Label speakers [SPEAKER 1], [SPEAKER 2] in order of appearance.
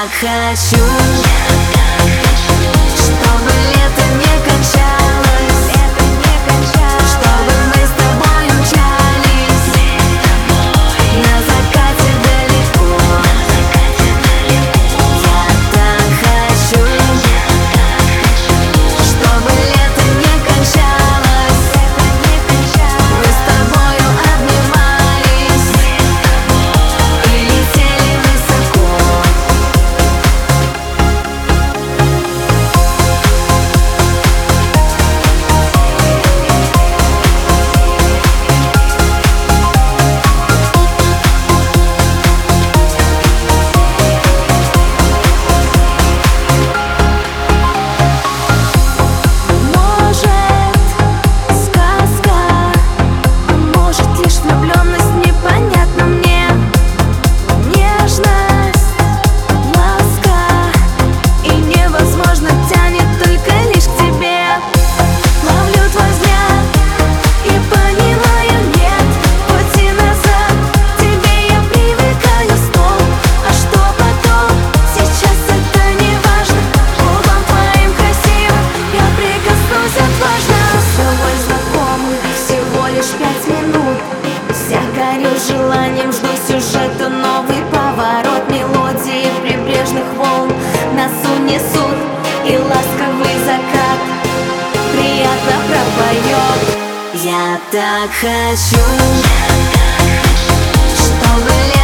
[SPEAKER 1] так хочу, чтобы лето не кончалось, чтобы мы с тобой умчались на закате далеко. Я так хочу, чтобы лето не кончалось, мы с тобою обнимались и летели высоко. Желанием жду сюжета, новый поворот, мелодии прибрежных волн нас унесут, и ласковый закат приятно пропоет. Я так хочу, чтобы